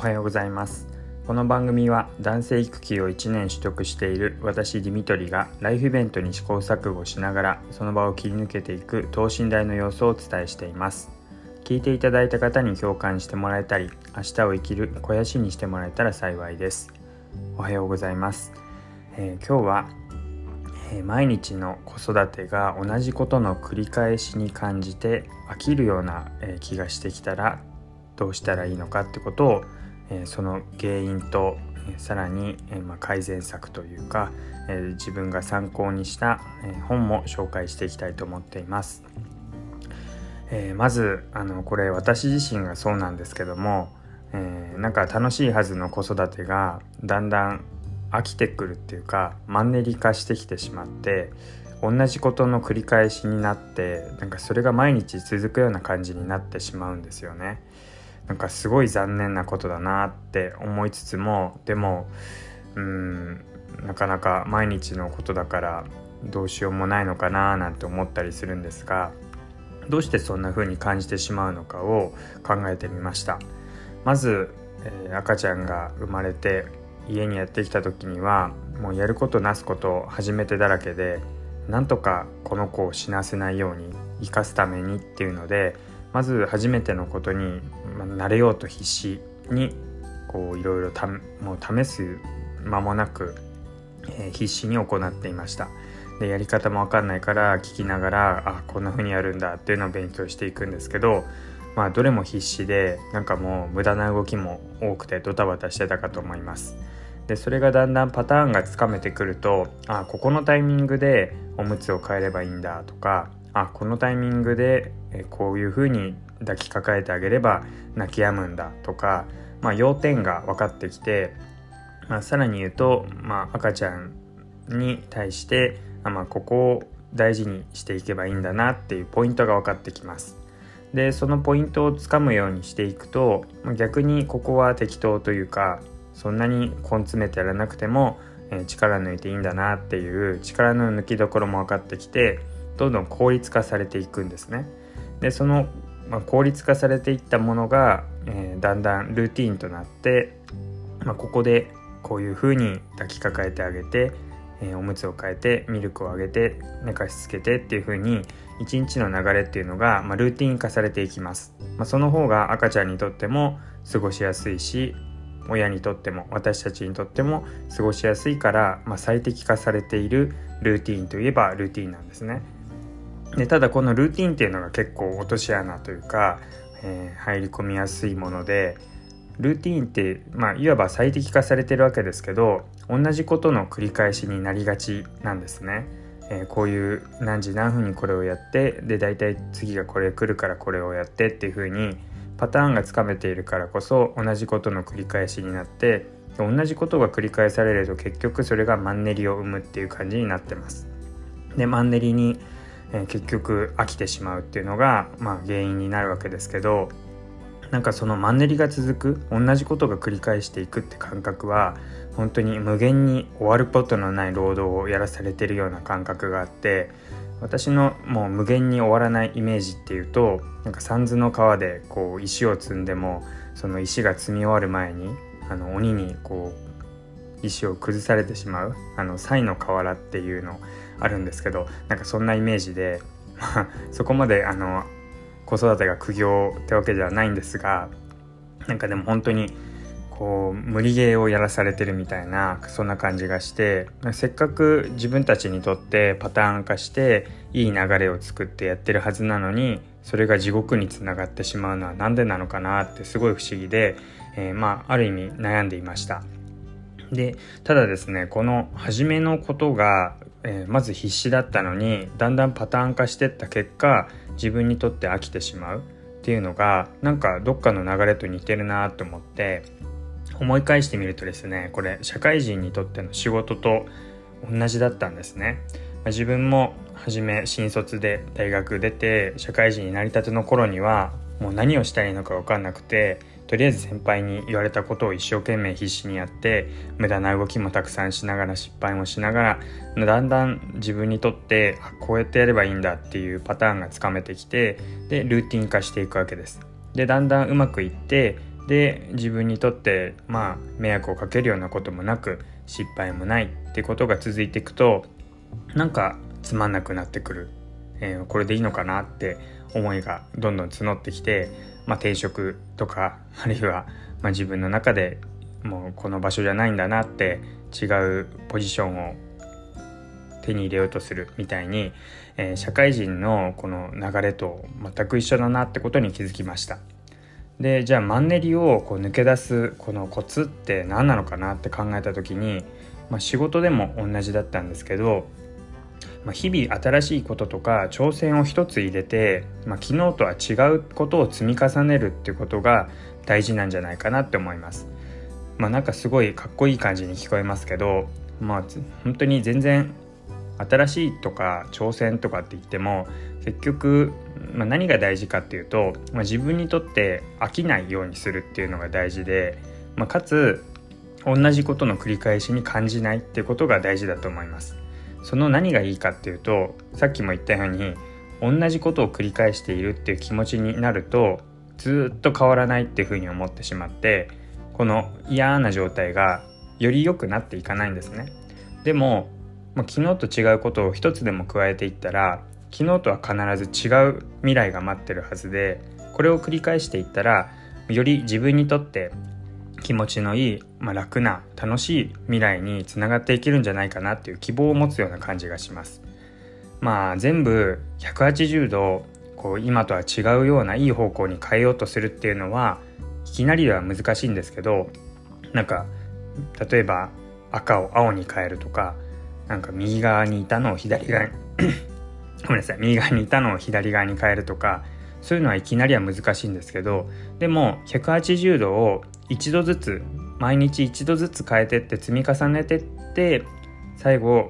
はようございます。この番組は男性育休を1年取得している私ディミトリがライフイベントに試行錯誤しながらその場を切り抜けていく等身大の様子をお伝えしています。聞いていただいた方に共感してもらえたり、明日を生きる肥やしにしてもらえたら幸いです。おはようございます。今日は毎日の子育てが同じことの繰り返しに感じて飽きるような気がしてきたらどうしたらいいのかってことをその原因とさらに改善策というか自分が参考にした本も紹介していきたいと思っています。まずこれ私自身がそうなんですけども、なんか楽しいはずの子育てがだんだん飽きてくるっていうかマンネリ化してきてしまって同じことの繰り返しになってなんかそれが毎日続くような感じになってしまうんですよね。なんかすごい残念なことだなって思いつつも、でもなかなか毎日のことだからどうしようもないのかななんて思ったりするんですが、どうしてそんな風に感じてしまうのかを考えてみました。まず、赤ちゃんが生まれて家にやってきた時にはもうやることなすこと初めてだらけで、なんとかこの子を死なせないように生かすためにっていうので、まず初めてのことに慣れようと必死にいろいろもう試す間もなく、必死に行っていました。でやり方も分かんないから聞きながらこんな風にやるんだっていうのを勉強していくんですけど、どれも必死でなんかもう無駄な動きも多くてドタバタしてたかと思います。でそれがだんだんパターンがつかめてくるとここのタイミングでおむつを変えればいいんだとか、このタイミングでこういう風に抱きかかえてあげれば泣き止むんだとか、要点が分かってきて、さらに言うと、赤ちゃんに対してここを大事にしていけばいいんだなっていうポイントが分かってきます。でそのポイントをつかむようにしていくと逆にここは適当というかそんなに根詰めてやらなくても力抜いていいんだなっていう力の抜きどころも分かってきて、どんどん効率化されていくんですね。でその、効率化されていったものが、だんだんルーティーンとなって、ここでこういう風に抱きかかえてあげて、おむつを変えてミルクをあげて寝かしつけてっていう風に一日の流れっていうのが、ルーティーン化されていきます。その方が赤ちゃんにとっても過ごしやすいし、親にとっても私たちにとっても過ごしやすいから、最適化されているルーティーンといえばルーティーンなんですね。でただこのルーティーンっていうのが結構落とし穴というか、入り込みやすいもので、ルーティーンって、いわば最適化されてるわけですけど、同じことの繰り返しになりがちなんですね。こういう何時何分にこれをやって、でだいたい次がこれ来るからこれをやってっていう風にパターンがつかめているからこそ同じことの繰り返しになって、同じことが繰り返されると結局それがマンネリを生むっていう感じになってます。でマンネリに、結局飽きてしまうっていうのが、原因になるわけですけど、なんかそのマンネリが続く、同じことが繰り返していくって感覚は本当に無限に終わることのない労働をやらされているような感覚があって、私のもう無限に終わらないイメージっていうと、なんか三途の川で石を積んでもその石が積み終わる前に鬼に石を崩されてしまう賽の河原っていうのあるんですけど、なんかそんなイメージでそこまで子育てが苦行ってわけではないんですが、なんかでも本当に無理ゲーをやらされてるみたいな、そんな感じがして、せっかく自分たちにとってパターン化していい流れを作ってやってるはずなのに、それが地獄につながってしまうのはなんでなのかなってすごい不思議で、ある意味悩んでいました。でただですね、この初めのことが、まず必死だったのにだんだんパターン化していった結果、自分にとって飽きてしまうっていうのがなんかどっかの流れと似てるなと思って思い返してみるとですね、これ社会人にとっての仕事と同じだったんですね。自分も初め新卒で大学出て社会人になりたての頃にはもう何をしたらいいのか分かんなくて、とりあえず先輩に言われたことを一生懸命必死にやって、無駄な動きもたくさんしながら失敗もしながら、だんだん自分にとってこうやってやればいいんだっていうパターンがつかめてきて、でルーティン化していくわけです。でだんだんうまくいって、 で自分にとって迷惑をかけるようなこともなく失敗もないってことが続いていくと、なんかつまんなくなってくる、これでいいのかなって思いがどんどん募ってきて、転職とかあるいは自分の中でもうこの場所じゃないんだなって違うポジションを手に入れようとするみたいに、社会人のこの流れと全く一緒だなってことに気づきました。でじゃあマンネリを抜け出すこのコツって何なのかなって考えた時に、仕事でも同じだったんですけど、日々新しいこととか挑戦を一つ入れて、昨日とは違うことを積み重ねるっていうことが大事なんじゃないかなって思います。なんかすごいかっこいい感じに聞こえますけど、本当に全然新しいとか挑戦とかって言っても結局、何が大事かっていうと、自分にとって飽きないようにするっていうのが大事で、かつ同じことの繰り返しに感じないっていうことが大事だと思います。その何がいいかっていうと、さっきも言ったように同じことを繰り返しているっていう気持ちになるとずっと変わらないっていうふうに思ってしまって、この嫌な状態がより良くなっていかないんですね。でも、昨日と違うことを一つでも加えていったら昨日とは必ず違う未来が待ってるはずで、これを繰り返していったらより自分にとって気持ちのいい、楽な楽しい未来につながっていけるんじゃないかなっていう希望を持つような感じがします。全部180度今とは違うようないい方向に変えようとするっていうのはいきなりでは難しいんですけど、例えば赤を青に変えるとか、右側にいたのを左側に右側にいたのを左側に変えるとか、そういうのはいきなりは難しいんですけど、でも180度を一度ずつ毎日一度ずつ変えてって積み重ねてって最後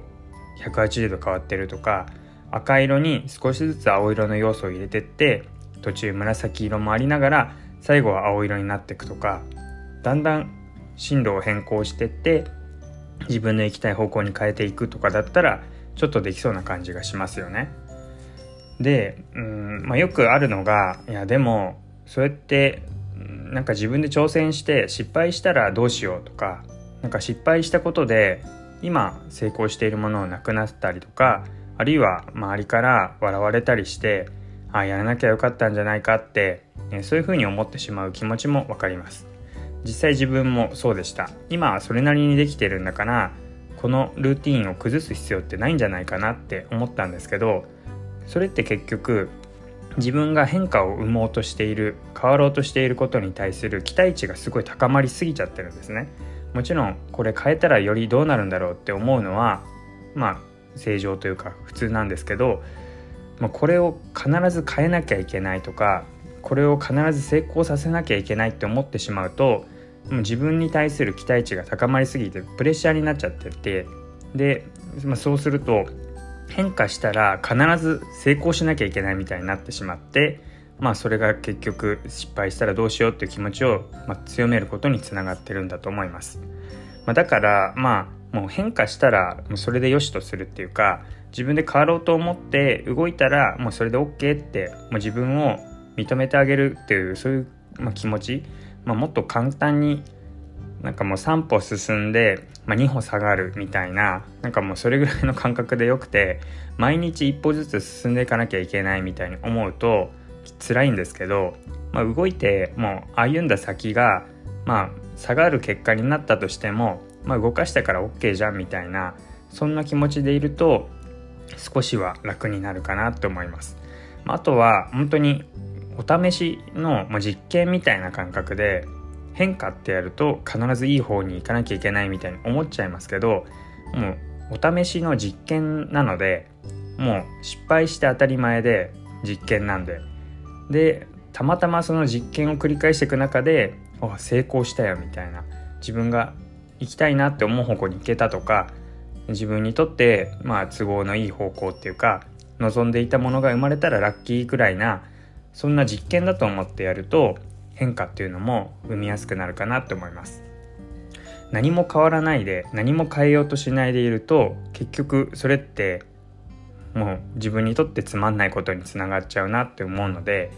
180度変わってるとか、赤色に少しずつ青色の要素を入れてって途中紫色もありながら最後は青色になっていくとか、だんだん進路を変更してって自分の行きたい方向に変えていくとかだったらちょっとできそうな感じがしますよね。で、よくあるのが、いやでもそうやって自分で挑戦して失敗したらどうしようとか、失敗したことで今成功しているものをなくなったりとか、あるいは周りから笑われたりしてやらなきゃよかったんじゃないかって、そういうふうに思ってしまう気持ちもわかります。実際自分もそうでした。今はそれなりにできてるんだからこのルーティンを崩す必要ってないんじゃないかなって思ったんですけど、それって結局自分が変化を生もうとしている、変わろうとしていることに対する期待値がすごい高まりすぎちゃってるんですね。もちろんこれ変えたらよりどうなるんだろうって思うのは正常というか普通なんですけど、これを必ず変えなきゃいけないとか、これを必ず成功させなきゃいけないって思ってしまうと、もう自分に対する期待値が高まりすぎてプレッシャーになっちゃってて、で、そうすると変化したら必ず成功しなきゃいけないみたいになってしまって、それが結局失敗したらどうしようっていう気持ちを強めることにつながってるんだと思います。だからもう変化したらもうそれでよしとするっていうか、自分で変わろうと思って動いたらもうそれで OK ってもう自分を認めてあげるっていう、そういう気持ち、もっと簡単にもう3歩進んで、2歩下がるみたいな、もうそれぐらいの感覚でよくて、毎日一歩ずつ進んでいかなきゃいけないみたいに思うと辛いんですけど、動いてもう歩んだ先が下がる結果になったとしても、動かしたから OK じゃんみたいな、そんな気持ちでいると少しは楽になるかなと思います。あとは本当にお試しの実験みたいな感覚で、変化ってやると必ずいい方に行かなきゃいけないみたいに思っちゃいますけど、もうお試しの実験なので、もう失敗して当たり前で実験なんで、たまたまその実験を繰り返していく中で成功したよみたいな、自分が行きたいなって思う方向に行けたとか、自分にとって都合のいい方向っていうか望んでいたものが生まれたらラッキーくらいな、そんな実験だと思ってやると変化っていうのも生みやすくなるかなって思います。何も変わらないで何も変えようとしないでいると、結局それってもう自分にとってつまんないことにつながっちゃうなって思うので、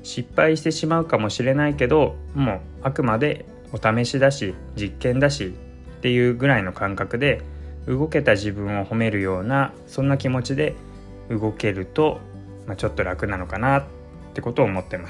失敗してしまうかもしれないけど、もうあくまでお試しだし実験だしっていうぐらいの感覚で、動けた自分を褒めるような、そんな気持ちで動けると、ちょっと楽なのかなってことを思ってます。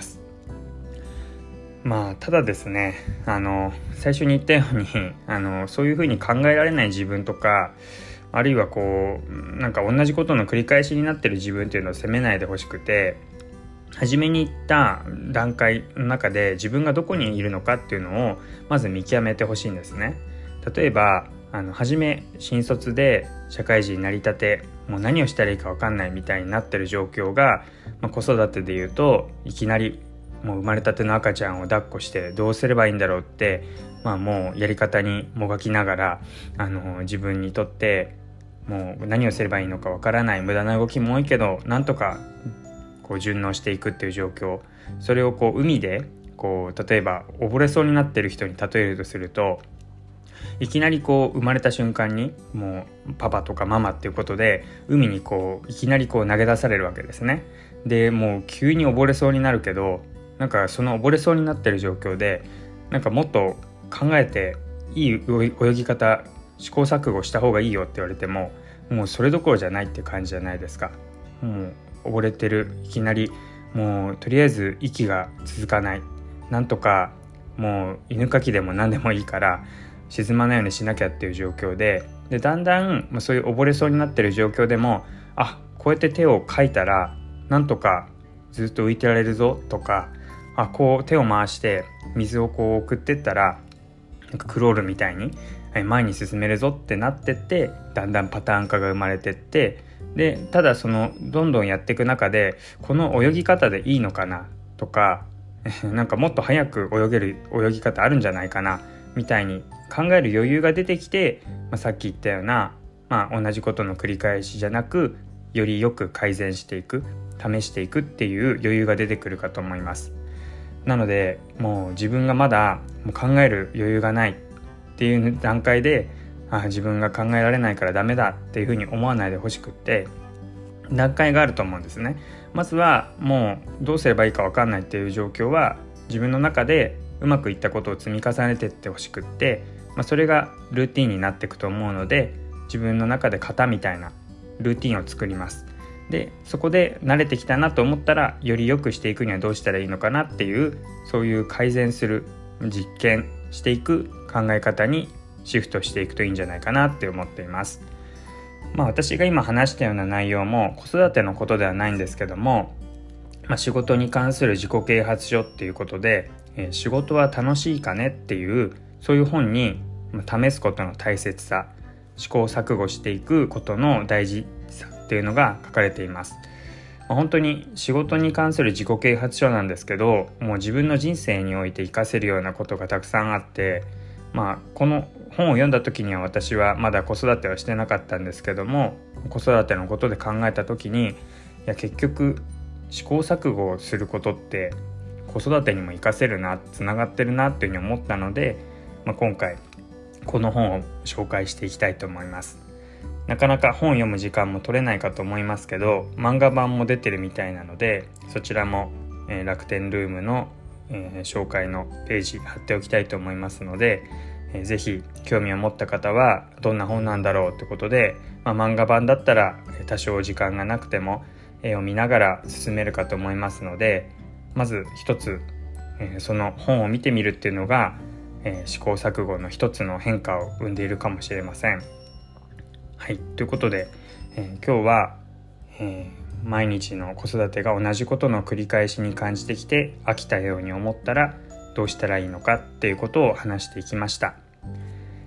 ただですね、最初に言ったようにそういうふうに考えられない自分とか、あるいはなんか同じことの繰り返しになってる自分っていうのを責めないでほしくて、初めに言った段階の中で自分がどこにいるのかっていうのをまず見極めてほしいんですね。例えば初め新卒で社会人になりたて、もう何をしたらいいか分かんないみたいになってる状況が、子育てでいうといきなりもう生まれたての赤ちゃんを抱っこしてどうすればいいんだろうって、もうやり方にもがきながら自分にとってもう何をすればいいのかわからない、無駄な動きも多いけどなんとか順応していくっていう状況、それを海で例えば溺れそうになってる人に例えるとすると、いきなり生まれた瞬間にもうパパとかママっていうことで海にいきなり投げ出されるわけですね。でもう急に溺れそうになるけど、なんかその溺れそうになってる状況でなんかもっと考えていい泳ぎ方試行錯誤した方がいいよって言われても、もうそれどころじゃないって感じじゃないですか。もう溺れてる、いきなりもうとりあえず息が続かない、なんとかもう犬かきでも何でもいいから沈まないようにしなきゃっていう状況で、だんだんそういう溺れそうになってる状況でも、こうやって手をかいたらなんとかずっと浮いてられるぞとか、手を回して水を送ってったらなんかクロールみたいに前に進めるぞってなってって、だんだんパターン化が生まれてって、でただどんどんやっていく中で、この泳ぎ方でいいのかなとかなんかもっと早く泳げる泳ぎ方あるんじゃないかなみたいに考える余裕が出てきて、さっき言ったような、同じことの繰り返しじゃなく、よりよく改善していく、試していくっていう余裕が出てくるかと思います。なのでもう自分がまだ考える余裕がないっていう段階で、自分が考えられないからダメだっていうふうに思わないでほしくって、段階があると思うんですね。まずはもうどうすればいいか分かんないっていう状況は、自分の中でうまくいったことを積み重ねていってほしくって、それがルーティンになっていくと思うので、自分の中で型みたいなルーティンを作ります。でそこで慣れてきたなと思ったら、より良くしていくにはどうしたらいいのかなっていう、そういう改善する、実験していく考え方にシフトしていくといいんじゃないかなって思っています。私が今話したような内容も子育てのことではないんですけども、仕事に関する自己啓発書っていうことで、仕事は楽しいかねっていう、そういう本に試すことの大切さ、試行錯誤していくことの大事さっていうのが書かれています。本当に仕事に関する自己啓発書なんですけど、もう自分の人生において活かせるようなことがたくさんあって、この本を読んだ時には私はまだ子育てはしてなかったんですけども、子育てのことで考えた時に、結局試行錯誤をすることって子育てにも活かせるな、つながってるなっていうふうに思ったので、今回この本を紹介していきたいと思います。なかなか本を読む時間も取れないかと思いますけど、漫画版も出てるみたいなので、そちらも、楽天ルームの、紹介のページ貼っておきたいと思いますので、ぜひ興味を持った方はどんな本なんだろうってことで、漫画版だったら多少時間がなくても絵を見ながら進めるかと思いますので、まず一つ、その本を見てみるっていうのが、試行錯誤の一つの変化を生んでいるかもしれません。はい、ということで、今日は、毎日の子育てが同じことの繰り返しに感じてきて飽きたように思ったらどうしたらいいのかっていうことを話していきました。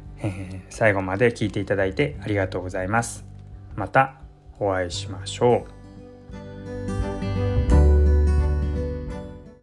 最後まで聞いていただいてありがとうございます。またお会いしましょう。